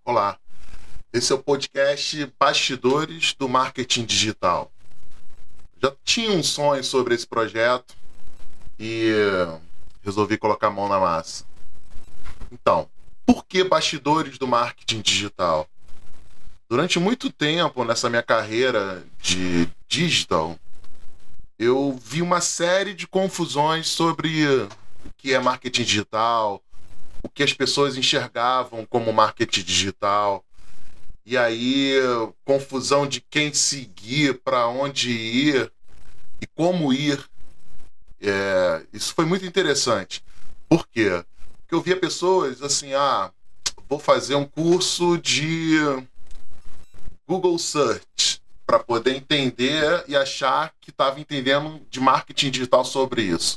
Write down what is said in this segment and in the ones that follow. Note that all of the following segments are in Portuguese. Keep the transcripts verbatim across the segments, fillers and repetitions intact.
Olá, esse é o podcast Bastidores do Marketing Digital. Já tinha um sonho sobre esse projeto e resolvi colocar a mão na massa. Então, por que Bastidores do Marketing Digital? Durante muito tempo nessa minha carreira de digital, eu vi uma série de confusões sobre o que é marketing digital, o que as pessoas enxergavam como marketing digital. E aí, confusão de quem seguir, para onde ir e como ir. É, isso foi muito interessante. Por quê? Porque eu via pessoas assim, ah, vou fazer um curso de Google Search para poder entender e achar que estava entendendo de marketing digital sobre isso.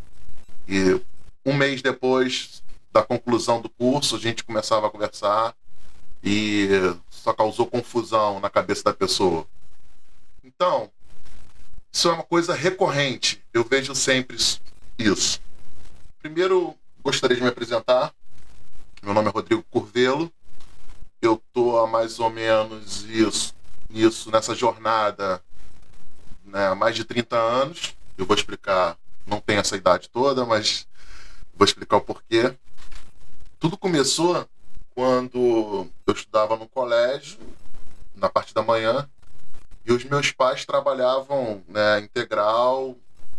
E um mês depois da conclusão do curso, a gente começava a conversar e só causou confusão na cabeça da pessoa. Então, isso é uma coisa recorrente. Eu vejo sempre isso. Primeiro, gostaria de me apresentar. Meu nome é Rodrigo Curvelo. Eu estou há mais ou menos isso, isso nessa jornada, né, há mais de trinta anos. Eu vou explicar, não tenho essa idade toda, mas vou explicar o porquê. Tudo começou quando eu estudava no colégio, na parte da manhã, e os meus pais trabalhavam, né, integral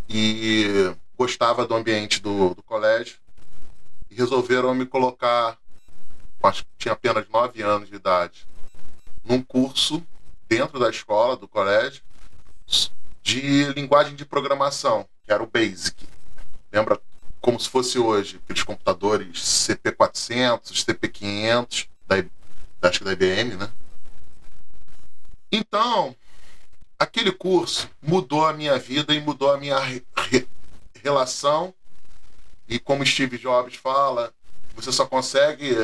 e gostava do ambiente do, do colégio e resolveram me colocar, acho que tinha apenas nove anos de idade, num curso dentro da escola, do colégio, de linguagem de programação, que era o BASIC. Lembra como se fosse hoje, aqueles computadores C P quatrocentos, C P quinhentos, da, acho que da I B M, né? Então, aquele curso mudou a minha vida e mudou a minha re- re- relação. E como Steve Jobs fala, você só consegue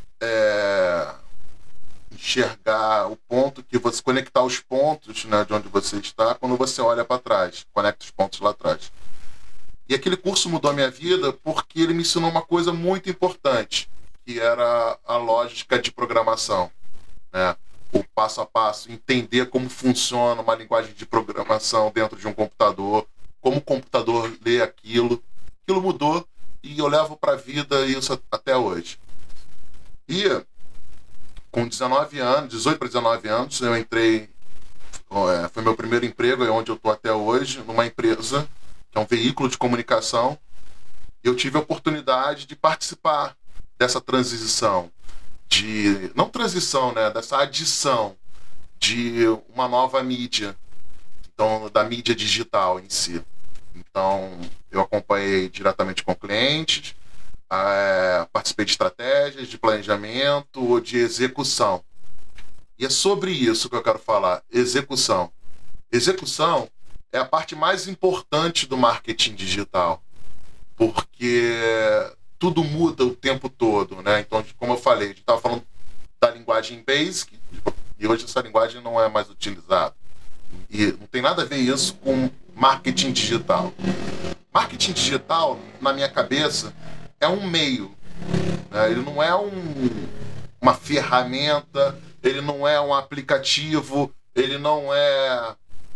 é, enxergar o ponto que você conectar os pontos, né, de onde você está quando você olha para trás, conecta os pontos lá atrás. E aquele curso mudou a minha vida porque ele me ensinou uma coisa muito importante, que era a lógica de programação, né? O passo a passo, entender como funciona uma linguagem de programação dentro de um computador, como o computador lê aquilo. Aquilo mudou e eu levo para a vida isso até hoje. E com dezenove anos, dezoito para dezenove anos, eu entrei, é, foi meu primeiro emprego, é onde eu estou até hoje, numa empresa que é um veículo de comunicação. Eu tive a oportunidade de participar dessa transição, de não transição, né, dessa adição de uma nova mídia, então da mídia digital em si. Então eu acompanhei diretamente com clientes, é, participei de estratégias, de planejamento ou de execução. E é sobre isso que eu quero falar, execução. Execução é a parte mais importante do marketing digital, porque tudo muda o tempo todo, né? Então, como eu falei, a gente estava falando da linguagem basic, e hoje essa linguagem não é mais utilizada. E não tem nada a ver isso com marketing digital. Marketing digital, na minha cabeça, é um meio, né? Ele não é um, uma ferramenta, ele não é um aplicativo, ele não é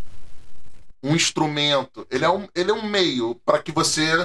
um instrumento, ele é um, ele é um meio para que você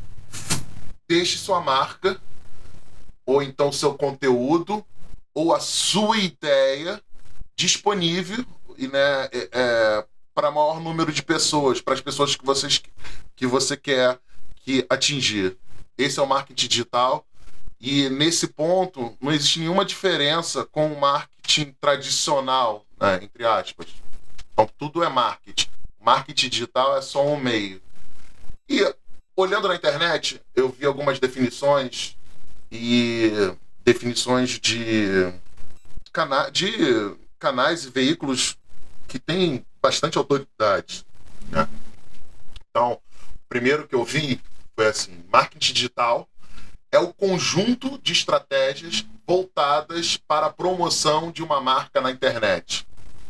deixe sua marca, ou então seu conteúdo, ou a sua ideia disponível, e, né, é, é, para maior número de pessoas, para as pessoas que, vocês, que você quer que atingir. Esse é o marketing digital, e nesse ponto não existe nenhuma diferença com o marketing tradicional, né, entre aspas. Então tudo é marketing. Marketing digital é só um meio. E olhando na internet, eu vi algumas definições e definições de, cana- de canais e veículos que têm bastante autoridade, né? Então, o primeiro que eu vi foi assim: marketing digital é o conjunto de estratégias voltadas para a promoção de uma marca na internet.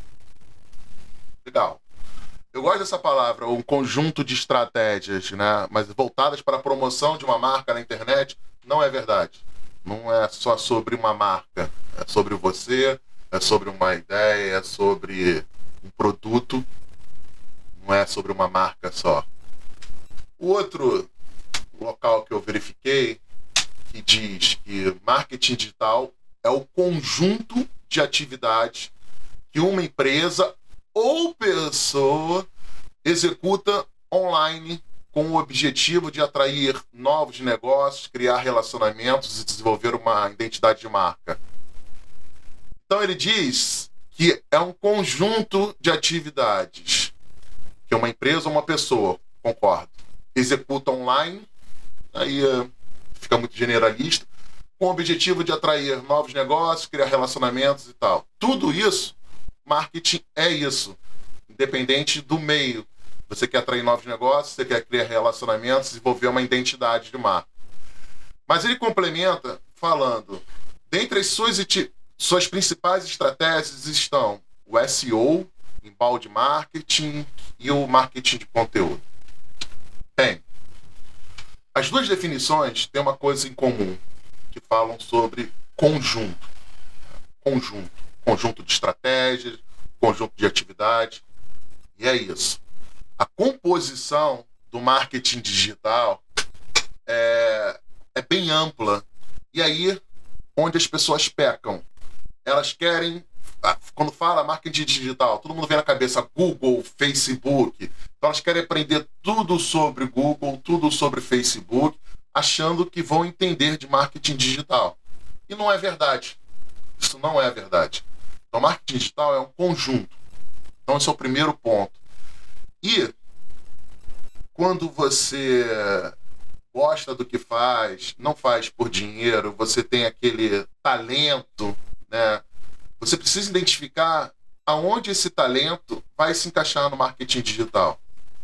Legal. Eu gosto dessa palavra, um conjunto de estratégias, né? Mas voltadas para a promoção de uma marca na internet, não é verdade. Não é só sobre uma marca, é sobre você, é sobre uma ideia, é sobre um produto, não é sobre uma marca só. O outro local que eu verifiquei que diz que marketing digital é o conjunto de atividades que uma empresa ou pessoa executa online com o objetivo de atrair novos negócios, criar relacionamentos e desenvolver uma identidade de marca. Então ele diz que é um conjunto de atividades que uma empresa ou uma pessoa, concordo, executa online, aí uh, fica muito generalista, com o objetivo de atrair novos negócios, criar relacionamentos e tal. Tudo isso, marketing é isso, independente do meio. Você quer atrair novos negócios, você quer criar relacionamentos, desenvolver uma identidade de marca. Mas ele complementa falando, dentre as suas, suas principais estratégias estão o S E O, inbound marketing e o marketing de conteúdo. Bem, as duas definições têm uma coisa em comum, que falam sobre conjunto. Conjunto. Conjunto de estratégias, conjunto de atividades. E é isso. A composição do marketing digital é, é bem ampla. E aí, onde as pessoas pecam? Elas querem, quando fala marketing digital, todo mundo vem na cabeça Google, Facebook. Então elas querem aprender tudo sobre Google, tudo sobre Facebook, achando que vão entender de marketing digital. E não é verdade. Isso não é verdade. Então marketing digital é um conjunto. Então esse é o primeiro ponto. E quando você gosta do que faz, não faz por dinheiro, você tem aquele talento, né? Você precisa identificar aonde esse talento vai se encaixar no marketing digital.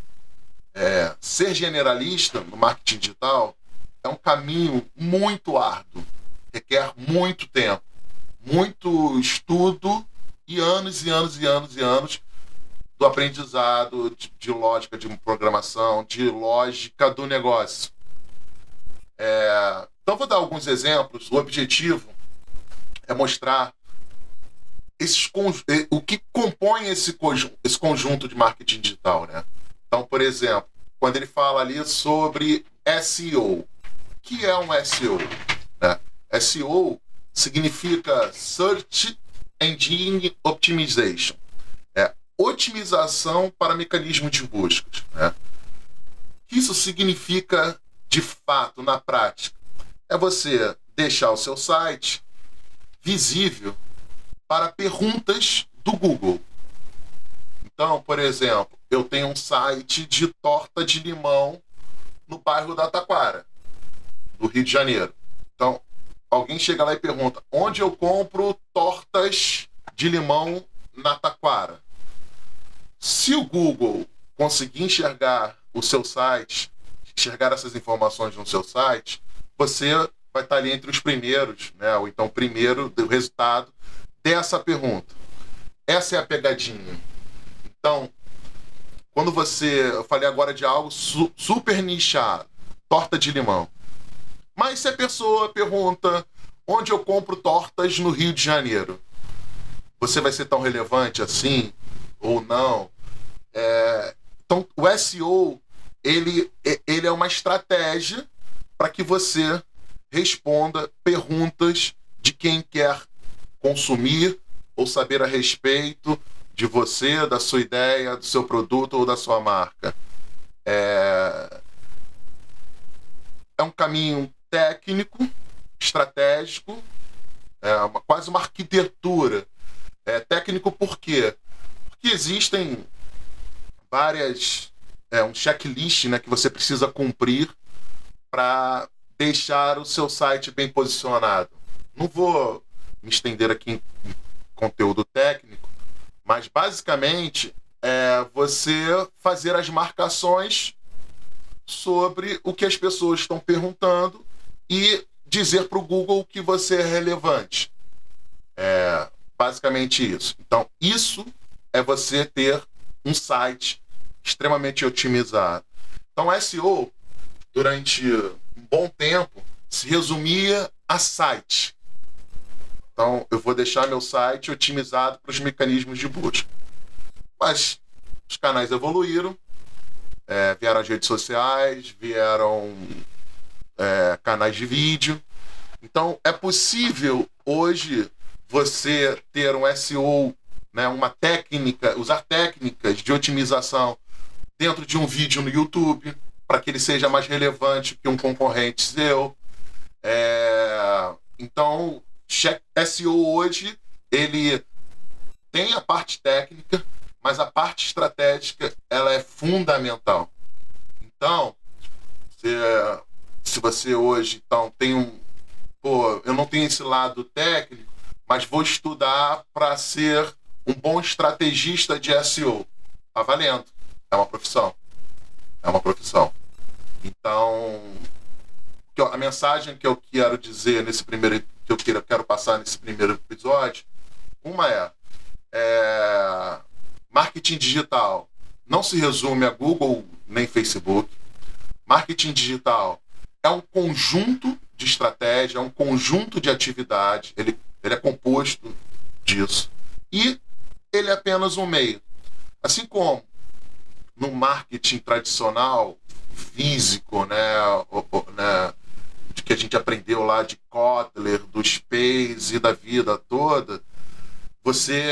É, ser generalista no marketing digital é um caminho muito árduo, requer muito tempo, muito estudo e anos e anos e anos e anos do aprendizado de, de lógica de programação, de lógica do negócio. É, então vou dar alguns exemplos. O objetivo é mostrar esses, o que compõe esse, esse conjunto de marketing digital, né? Então, por exemplo, quando ele fala ali sobre S E O. O que é um S E O? Né? S E O significa Search Engine Optimization. É otimização para mecanismos de busca. Né? O que isso significa de fato, na prática? É você deixar o seu site visível para perguntas do Google. Então, por exemplo, eu tenho um site de torta de limão no bairro da Taquara, do Rio de Janeiro. Então, alguém chega lá e pergunta, onde eu compro tortas de limão na Taquara? Se o Google conseguir enxergar o seu site, enxergar essas informações no seu site, você vai estar ali entre os primeiros, né? Ou então primeiro do resultado dessa pergunta. Essa é a pegadinha. Então, quando você... Eu falei agora de algo su- super nichado, torta de limão. Mas se a pessoa pergunta onde eu compro tortas no Rio de Janeiro, você vai ser tão relevante assim ou não? É... Então, o S E O, ele, ele é uma estratégia para que você responda perguntas de quem quer consumir ou saber a respeito de você, da sua ideia, do seu produto ou da sua marca. É, é um caminho técnico, estratégico, é uma, quase uma arquitetura. É técnico por quê? Porque existem várias... É um checklist, né, que você precisa cumprir para deixar o seu site bem posicionado. Não vou me estender aqui em conteúdo técnico, mas basicamente é você fazer as marcações sobre o que as pessoas estão perguntando e dizer para o Google que você é relevante. É basicamente isso. Então, isso é você ter um site extremamente otimizado. Então, S E O, durante um bom tempo, se resumia a site. Então, eu vou deixar meu site otimizado para os mecanismos de busca. Mas os canais evoluíram, é, vieram as redes sociais, vieram é, canais de vídeo. Então, é possível hoje você ter um S E O, né, uma técnica, usar técnicas de otimização dentro de um vídeo no YouTube, para que ele seja mais relevante que um concorrente seu. É... Então, S E O hoje, ele tem a parte técnica, mas a parte estratégica, ela é fundamental. Então, se, se você hoje então, tem um... Pô, eu não tenho esse lado técnico, mas vou estudar para ser um bom estrategista de S E O. Tá valendo. É uma profissão. É uma profissão. Então, a mensagem que eu quero dizer nesse primeiro, que eu quero, quero passar nesse primeiro episódio, uma é, é marketing digital não se resume a Google nem Facebook. Marketing digital é um conjunto de estratégia, é um conjunto de atividades, ele, ele é composto disso. E ele é apenas um meio. Assim como no marketing tradicional, físico, né, o, o, né, que a gente aprendeu lá de Kotler, do Space e da vida toda, você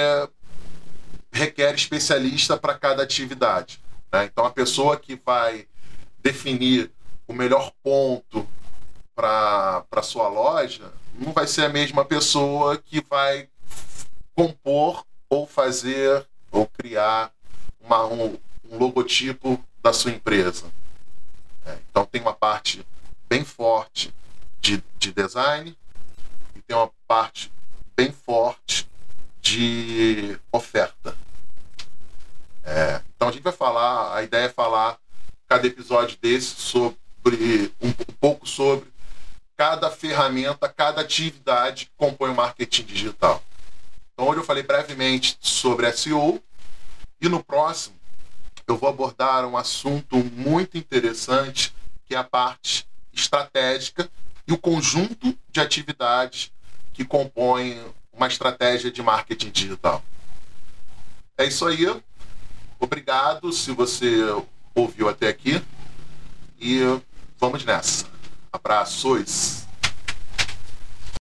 requer especialista para cada atividade, né? Então, a pessoa que vai definir o melhor ponto para a sua loja não vai ser a mesma pessoa que vai compor ou fazer ou criar uma, um, um logotipo da sua empresa. É, então, tem uma parte bem forte de, de design e tem uma parte bem forte de oferta. É, então a gente vai falar, a ideia é falar cada episódio desse sobre um, um pouco sobre cada ferramenta, cada atividade que compõe o marketing digital. Então hoje eu falei brevemente sobre S E O e no próximo eu vou abordar um assunto muito interessante, que é a parte estratégica e o conjunto de atividades que compõem uma estratégia de marketing digital. É isso aí. Obrigado se você ouviu até aqui. E vamos nessa. Abraços.